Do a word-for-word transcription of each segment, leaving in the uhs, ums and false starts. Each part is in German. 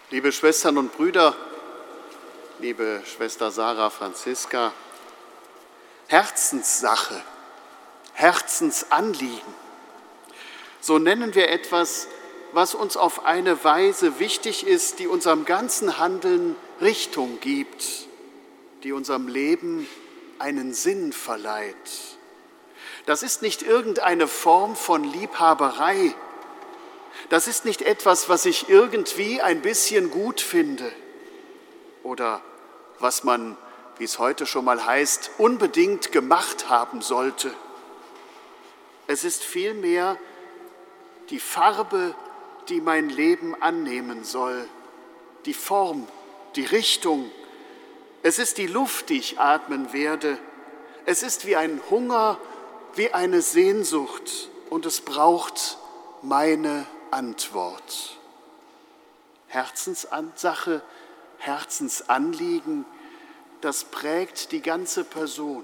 Liebe Schwestern und Brüder, liebe Schwester Sarah Franziska, Herzenssache, Herzensanliegen, so nennen wir etwas, was uns auf eine Weise wichtig ist, die unserem ganzen Handeln Richtung gibt, die unserem Leben einen Sinn verleiht. Das ist nicht irgendeine Form von Liebhaberei. Das ist nicht etwas, was ich irgendwie ein bisschen gut finde oder was man, wie es heute schon mal heißt, unbedingt gemacht haben sollte. Es ist vielmehr die Farbe, die mein Leben annehmen soll, die Form, die Richtung. Es ist die Luft, die ich atmen werde. Es ist wie ein Hunger, wie eine Sehnsucht und es braucht meine Antwort. Herzenssache, Herzensanliegen, das prägt die ganze Person.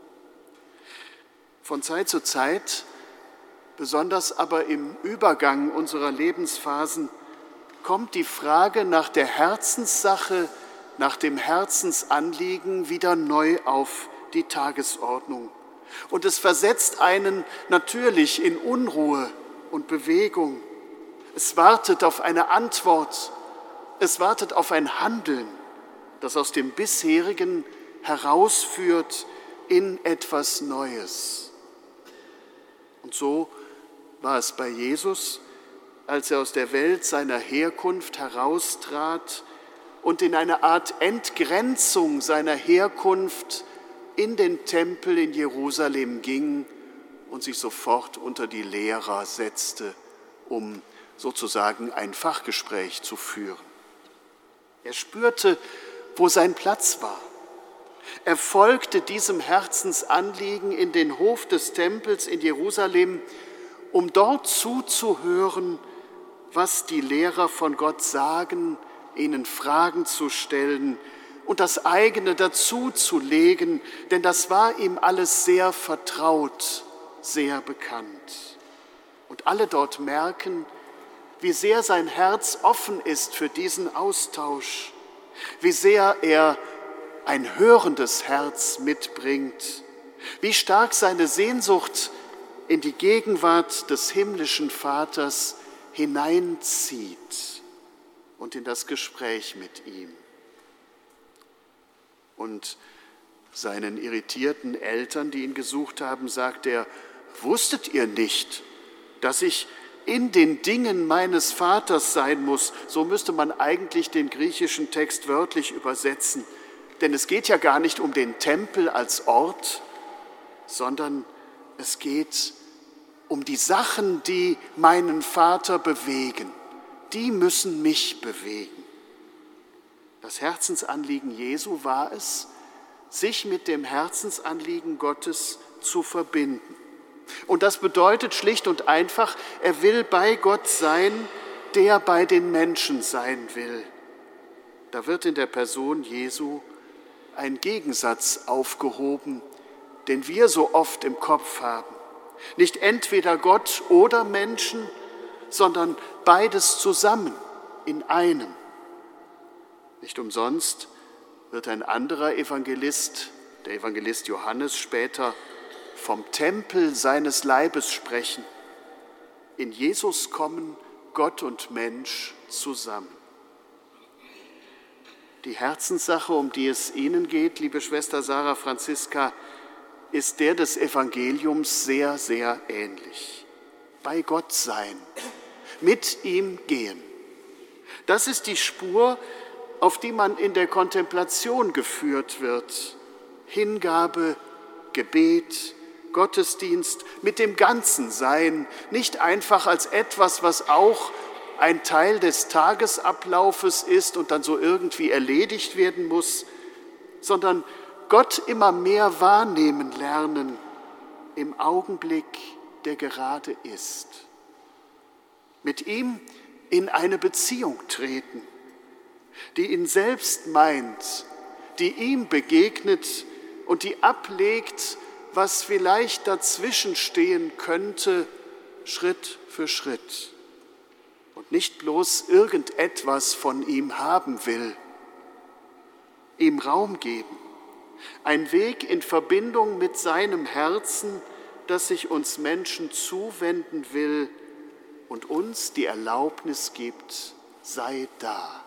Von Zeit zu Zeit, besonders aber im Übergang unserer Lebensphasen, kommt die Frage nach der Herzenssache, nach dem Herzensanliegen wieder neu auf die Tagesordnung. Und es versetzt einen natürlich in Unruhe und Bewegung. Es wartet auf eine Antwort, es wartet auf ein Handeln, das aus dem Bisherigen herausführt in etwas Neues. Und so war es bei Jesus, als er aus der Welt seiner Herkunft heraustrat und in eine Art Entgrenzung seiner Herkunft in den Tempel in Jerusalem ging und sich sofort unter die Lehrer setzte, um sozusagen ein Fachgespräch zu führen. Er spürte, wo sein Platz war. Er folgte diesem Herzensanliegen in den Hof des Tempels in Jerusalem, um dort zuzuhören, was die Lehrer von Gott sagen, ihnen Fragen zu stellen und das eigene dazu zu legen, denn das war ihm alles sehr vertraut, sehr bekannt. Und alle dort merken, wie sehr sein Herz offen ist für diesen Austausch, wie sehr er ein hörendes Herz mitbringt, wie stark seine Sehnsucht in die Gegenwart des himmlischen Vaters hineinzieht und in das Gespräch mit ihm. Und seinen irritierten Eltern, die ihn gesucht haben, sagt er: Wusstet ihr nicht, dass ich in den Dingen meines Vaters sein muss? So müsste man eigentlich den griechischen Text wörtlich übersetzen. Denn es geht ja gar nicht um den Tempel als Ort, sondern es geht um die Sachen, die meinen Vater bewegen. Die müssen mich bewegen. Das Herzensanliegen Jesu war es, sich mit dem Herzensanliegen Gottes zu verbinden. Und das bedeutet schlicht und einfach, er will bei Gott sein, der bei den Menschen sein will. Da wird in der Person Jesu ein Gegensatz aufgehoben, den wir so oft im Kopf haben. Nicht entweder Gott oder Menschen, sondern beides zusammen in einem. Nicht umsonst wird ein anderer Evangelist, der Evangelist Johannes, später vom Tempel seines Leibes sprechen. In Jesus kommen Gott und Mensch zusammen. Die Herzenssache, um die es Ihnen geht, liebe Schwester Sarah Franziska, ist der des Evangeliums sehr, sehr ähnlich. Bei Gott sein, mit ihm gehen. Das ist die Spur, auf die man in der Kontemplation geführt wird. Hingabe, Gebet, Gottesdienst mit dem ganzen Sein, nicht einfach als etwas, was auch ein Teil des Tagesablaufes ist und dann so irgendwie erledigt werden muss, sondern Gott immer mehr wahrnehmen lernen im Augenblick, der gerade ist. Mit ihm in eine Beziehung treten, die ihn selbst meint, die ihm begegnet und die ablegt, was vielleicht dazwischen stehen könnte, Schritt für Schritt. Und und nicht bloß irgendetwas von ihm haben will. Ihm Raum geben, ein Weg in Verbindung mit seinem Herzen, das sich uns Menschen zuwenden will und uns die Erlaubnis gibt, sei da.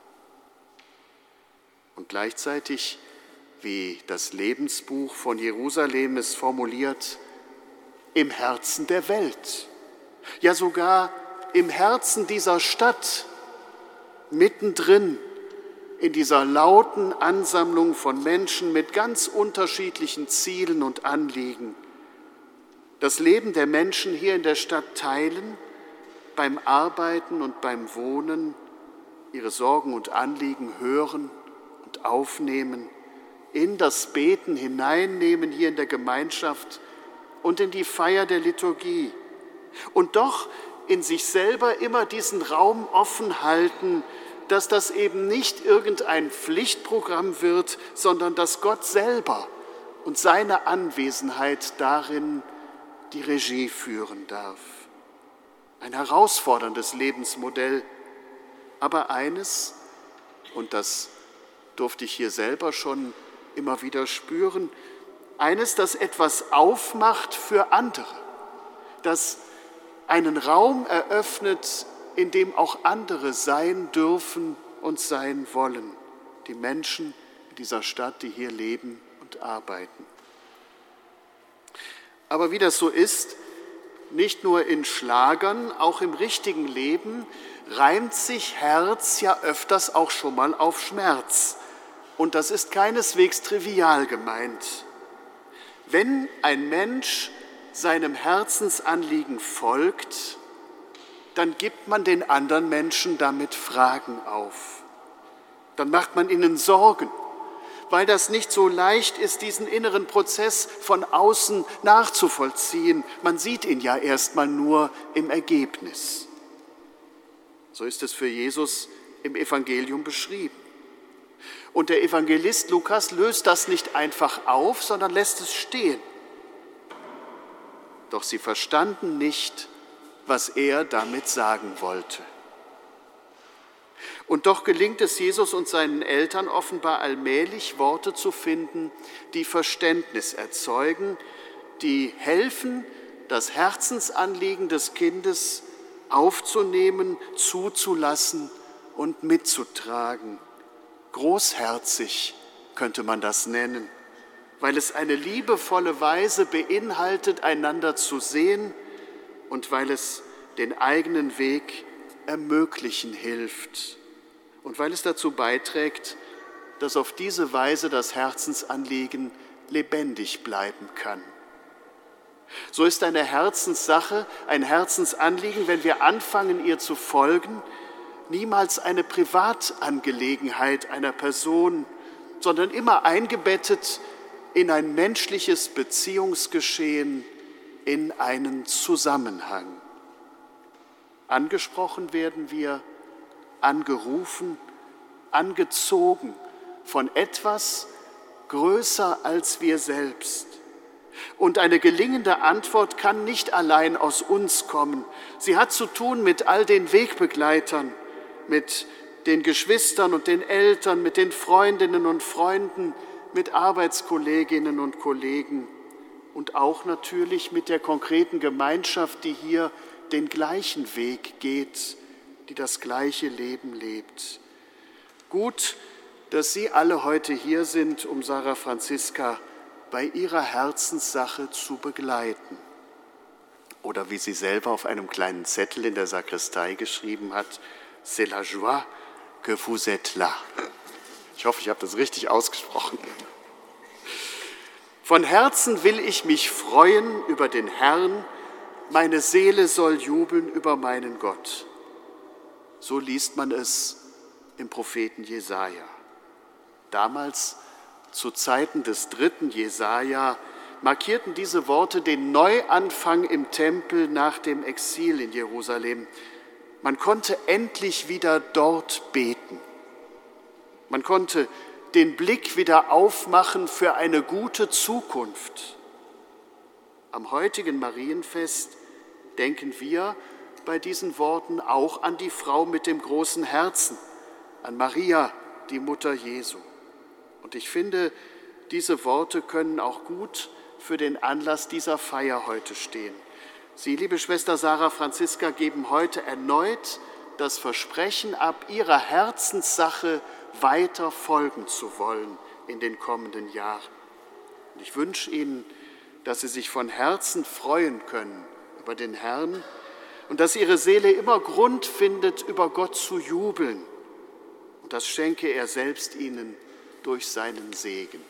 Und gleichzeitig, wie das Lebensbuch von Jerusalem es formuliert, im Herzen der Welt, ja sogar im Herzen dieser Stadt, mittendrin in dieser lauten Ansammlung von Menschen mit ganz unterschiedlichen Zielen und Anliegen, das Leben der Menschen hier in der Stadt teilen, beim Arbeiten und beim Wohnen, ihre Sorgen und Anliegen hören und aufnehmen, in das Beten hineinnehmen hier in der Gemeinschaft und in die Feier der Liturgie und doch in sich selber immer diesen Raum offen halten, dass das eben nicht irgendein Pflichtprogramm wird, sondern dass Gott selber und seine Anwesenheit darin die Regie führen darf. Ein herausforderndes Lebensmodell, aber eines, und das durfte ich hier selber schon immer wieder spüren, eines, das etwas aufmacht für andere, das einen Raum eröffnet, in dem auch andere sein dürfen und sein wollen, die Menschen in dieser Stadt, die hier leben und arbeiten. Aber wie das so ist, nicht nur in Schlagern, auch im richtigen Leben reimt sich Herz ja öfters auch schon mal auf Schmerz. Und das ist keineswegs trivial gemeint. Wenn ein Mensch seinem Herzensanliegen folgt, dann gibt man den anderen Menschen damit Fragen auf. Dann macht man ihnen Sorgen, weil das nicht so leicht ist, diesen inneren Prozess von außen nachzuvollziehen. Man sieht ihn ja erstmal nur im Ergebnis. So ist es für Jesus im Evangelium beschrieben. Und der Evangelist Lukas löst das nicht einfach auf, sondern lässt es stehen. Doch sie verstanden nicht, was er damit sagen wollte. Und doch gelingt es Jesus und seinen Eltern offenbar allmählich, Worte zu finden, die Verständnis erzeugen, die helfen, das Herzensanliegen des Kindes aufzunehmen, zuzulassen und mitzutragen. Großherzig könnte man das nennen, weil es eine liebevolle Weise beinhaltet, einander zu sehen und weil es den eigenen Weg ermöglichen hilft und weil es dazu beiträgt, dass auf diese Weise das Herzensanliegen lebendig bleiben kann. So ist eine Herzenssache, ein Herzensanliegen, wenn wir anfangen, ihr zu folgen, niemals eine Privatangelegenheit einer Person, sondern immer eingebettet in ein menschliches Beziehungsgeschehen, in einen Zusammenhang. Angesprochen werden wir, angerufen, angezogen von etwas größer als wir selbst. Und eine gelingende Antwort kann nicht allein aus uns kommen. Sie hat zu tun mit all den Wegbegleitern, mit den Geschwistern und den Eltern, mit den Freundinnen und Freunden, mit Arbeitskolleginnen und Kollegen und auch natürlich mit der konkreten Gemeinschaft, die hier den gleichen Weg geht, die das gleiche Leben lebt. Gut, dass Sie alle heute hier sind, um Sarah Franziska bei ihrer Herzenssache zu begleiten. Oder wie sie selber auf einem kleinen Zettel in der Sakristei geschrieben hat, c'est la joie que vous êtes là. Ich hoffe, ich habe das richtig ausgesprochen. Von Herzen will ich mich freuen über den Herrn, meine Seele soll jubeln über meinen Gott. So liest man es im Propheten Jesaja. Damals, zu Zeiten des dritten Jesaja, markierten diese Worte den Neuanfang im Tempel nach dem Exil in Jerusalem. Man konnte endlich wieder dort beten. Man konnte den Blick wieder aufmachen für eine gute Zukunft. Am heutigen Marienfest denken wir bei diesen Worten auch an die Frau mit dem großen Herzen, an Maria, die Mutter Jesu. Und ich finde, diese Worte können auch gut für den Anlass dieser Feier heute stehen. Sie, liebe Schwester Sarah Franziska, geben heute erneut das Versprechen ab, ihrer Herzenssache weiter folgen zu wollen in den kommenden Jahren. Und ich wünsche Ihnen, dass Sie sich von Herzen freuen können über den Herrn und dass Ihre Seele immer Grund findet, über Gott zu jubeln. Und das schenke er selbst Ihnen durch seinen Segen.